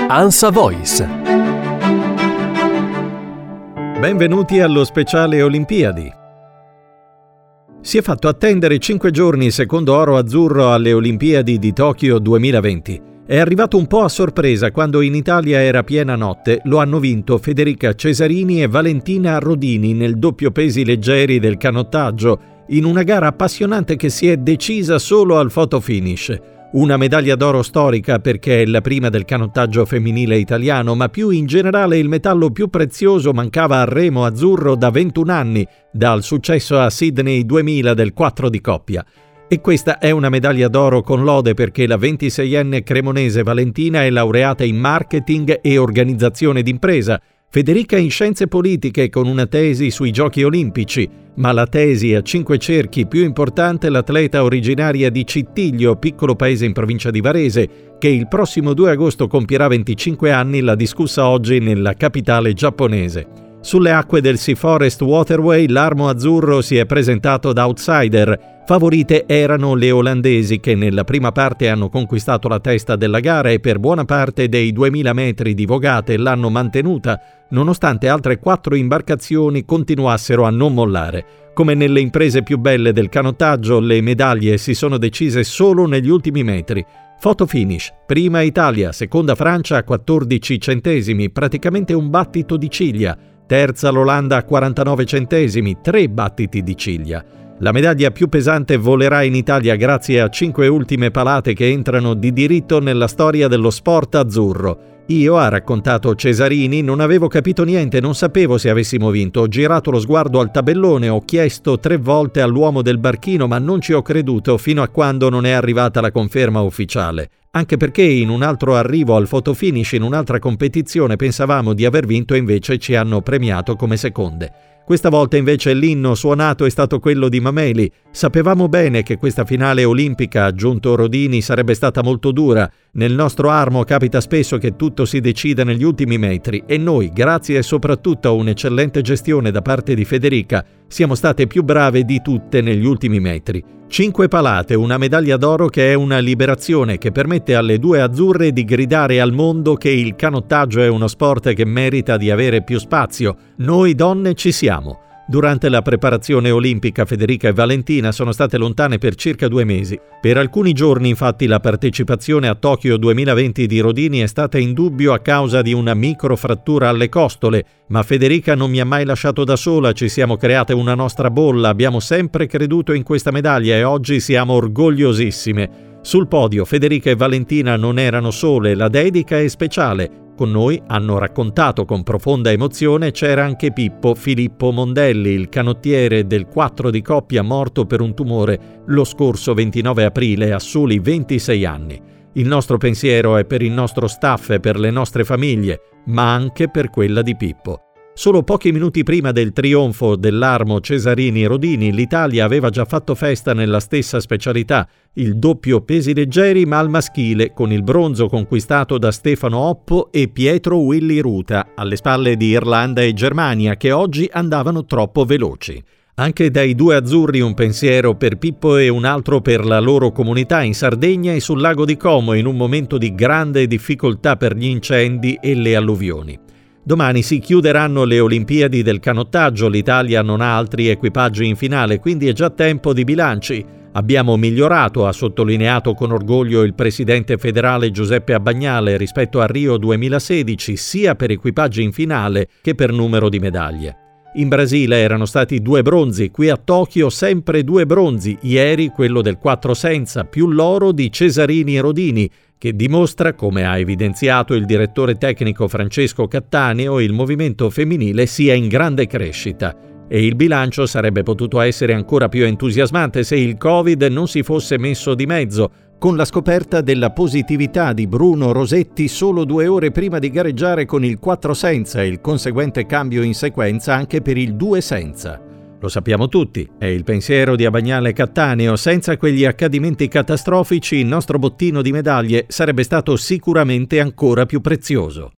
ANSA Voice. Benvenuti allo speciale Olimpiadi. Si è fatto attendere 5 giorni il secondo oro azzurro alle Olimpiadi di Tokyo 2020. È arrivato un po' a sorpresa quando in Italia era piena notte. Lo hanno vinto Federica Cesarini e Valentina Rodini nel doppio pesi leggeri del canottaggio, in una gara appassionante che si è decisa solo al photo finish. Una medaglia d'oro storica perché è la prima del canottaggio femminile italiano, ma più in generale il metallo più prezioso mancava al remo azzurro da 21 anni, dal successo a Sydney 2000 del 4 di coppia. E questa è una medaglia d'oro con lode perché la 26enne cremonese Valentina è laureata in marketing e organizzazione d'impresa, Federica in scienze politiche con una tesi sui giochi olimpici, ma la tesi a 5 cerchi più importante l'atleta originaria di Cittiglio, piccolo paese in provincia di Varese, che il prossimo 2 agosto compierà 25 anni, l'ha discussa oggi nella capitale giapponese. Sulle acque del Sea Forest Waterway l'Armo Azzurro si è presentato da outsider. Favorite erano le olandesi che nella prima parte hanno conquistato la testa della gara e per buona parte dei 2000 metri di vogate l'hanno mantenuta, nonostante altre 4 imbarcazioni continuassero a non mollare. Come nelle imprese più belle del canottaggio, le medaglie si sono decise solo negli ultimi metri. Photo finish, prima Italia, seconda Francia a 14 centesimi, praticamente un battito di ciglia. Terza l'Olanda a 49 centesimi, 3 battiti di ciglia. La medaglia più pesante volerà in Italia grazie a 5 ultime palate che entrano di diritto nella storia dello sport azzurro. Io, ha raccontato Cesarini, non avevo capito niente, non sapevo se avessimo vinto. Ho girato lo sguardo al tabellone, ho chiesto 3 volte all'uomo del barchino, ma non ci ho creduto fino a quando non è arrivata la conferma ufficiale. Anche perché in un altro arrivo al photo finish in un'altra competizione pensavamo di aver vinto e invece ci hanno premiato come seconde. Questa volta invece l'inno suonato è stato quello di Mameli. Sapevamo bene che questa finale olimpica, ha aggiunto Rodini, sarebbe stata molto dura. Nel nostro Armo capita spesso che tutto si decida negli ultimi metri e noi, grazie soprattutto a un'eccellente gestione da parte di Federica, siamo state più brave di tutte negli ultimi metri. 5 palate, una medaglia d'oro che è una liberazione che permette alle 2 azzurre di gridare al mondo che il canottaggio è uno sport che merita di avere più spazio. Noi donne ci siamo. Durante la preparazione olimpica Federica e Valentina sono state lontane per circa 2 mesi. Per alcuni giorni infatti la partecipazione a Tokyo 2020 di Rodini è stata in dubbio a causa di una microfrattura alle costole, ma Federica non mi ha mai lasciato da sola, ci siamo create una nostra bolla, abbiamo sempre creduto in questa medaglia e oggi siamo orgogliosissime. Sul podio Federica e Valentina non erano sole, la dedica è speciale. Con noi, hanno raccontato con profonda emozione, c'era anche Pippo Filippo Mondelli, il canottiere del 4 di coppia morto per un tumore lo scorso 29 aprile a soli 26 anni. Il nostro pensiero è per il nostro staff e per le nostre famiglie, ma anche per quella di Pippo. Solo pochi minuti prima del trionfo dell'Armo Cesarini-Rodini, l'Italia aveva già fatto festa nella stessa specialità, il doppio pesi leggeri ma al maschile, con il bronzo conquistato da Stefano Oppo e Pietro Willy Ruta, alle spalle di Irlanda e Germania, che oggi andavano troppo veloci. Anche dai 2 azzurri un pensiero per Pippo e un altro per la loro comunità in Sardegna e sul lago di Como, in un momento di grande difficoltà per gli incendi e le alluvioni. Domani si chiuderanno le Olimpiadi del canottaggio, l'Italia non ha altri equipaggi in finale, quindi è già tempo di bilanci. Abbiamo migliorato, ha sottolineato con orgoglio il presidente federale Giuseppe Abbagnale rispetto a Rio 2016, sia per equipaggi in finale che per numero di medaglie. In Brasile erano stati 2 bronzi, qui a Tokyo sempre 2 bronzi, ieri quello del 4 senza, più l'oro di Cesarini e Rodini, che dimostra, come ha evidenziato il direttore tecnico Francesco Cattaneo, il movimento femminile sia in grande crescita. E il bilancio sarebbe potuto essere ancora più entusiasmante se il Covid non si fosse messo di mezzo, con la scoperta della positività di Bruno Rosetti solo 2 ore prima di gareggiare con il 4 senza e il conseguente cambio in sequenza anche per il 2 senza. Lo sappiamo tutti, è il pensiero di Abbagnale Cattaneo, senza quegli accadimenti catastrofici il nostro bottino di medaglie sarebbe stato sicuramente ancora più prezioso.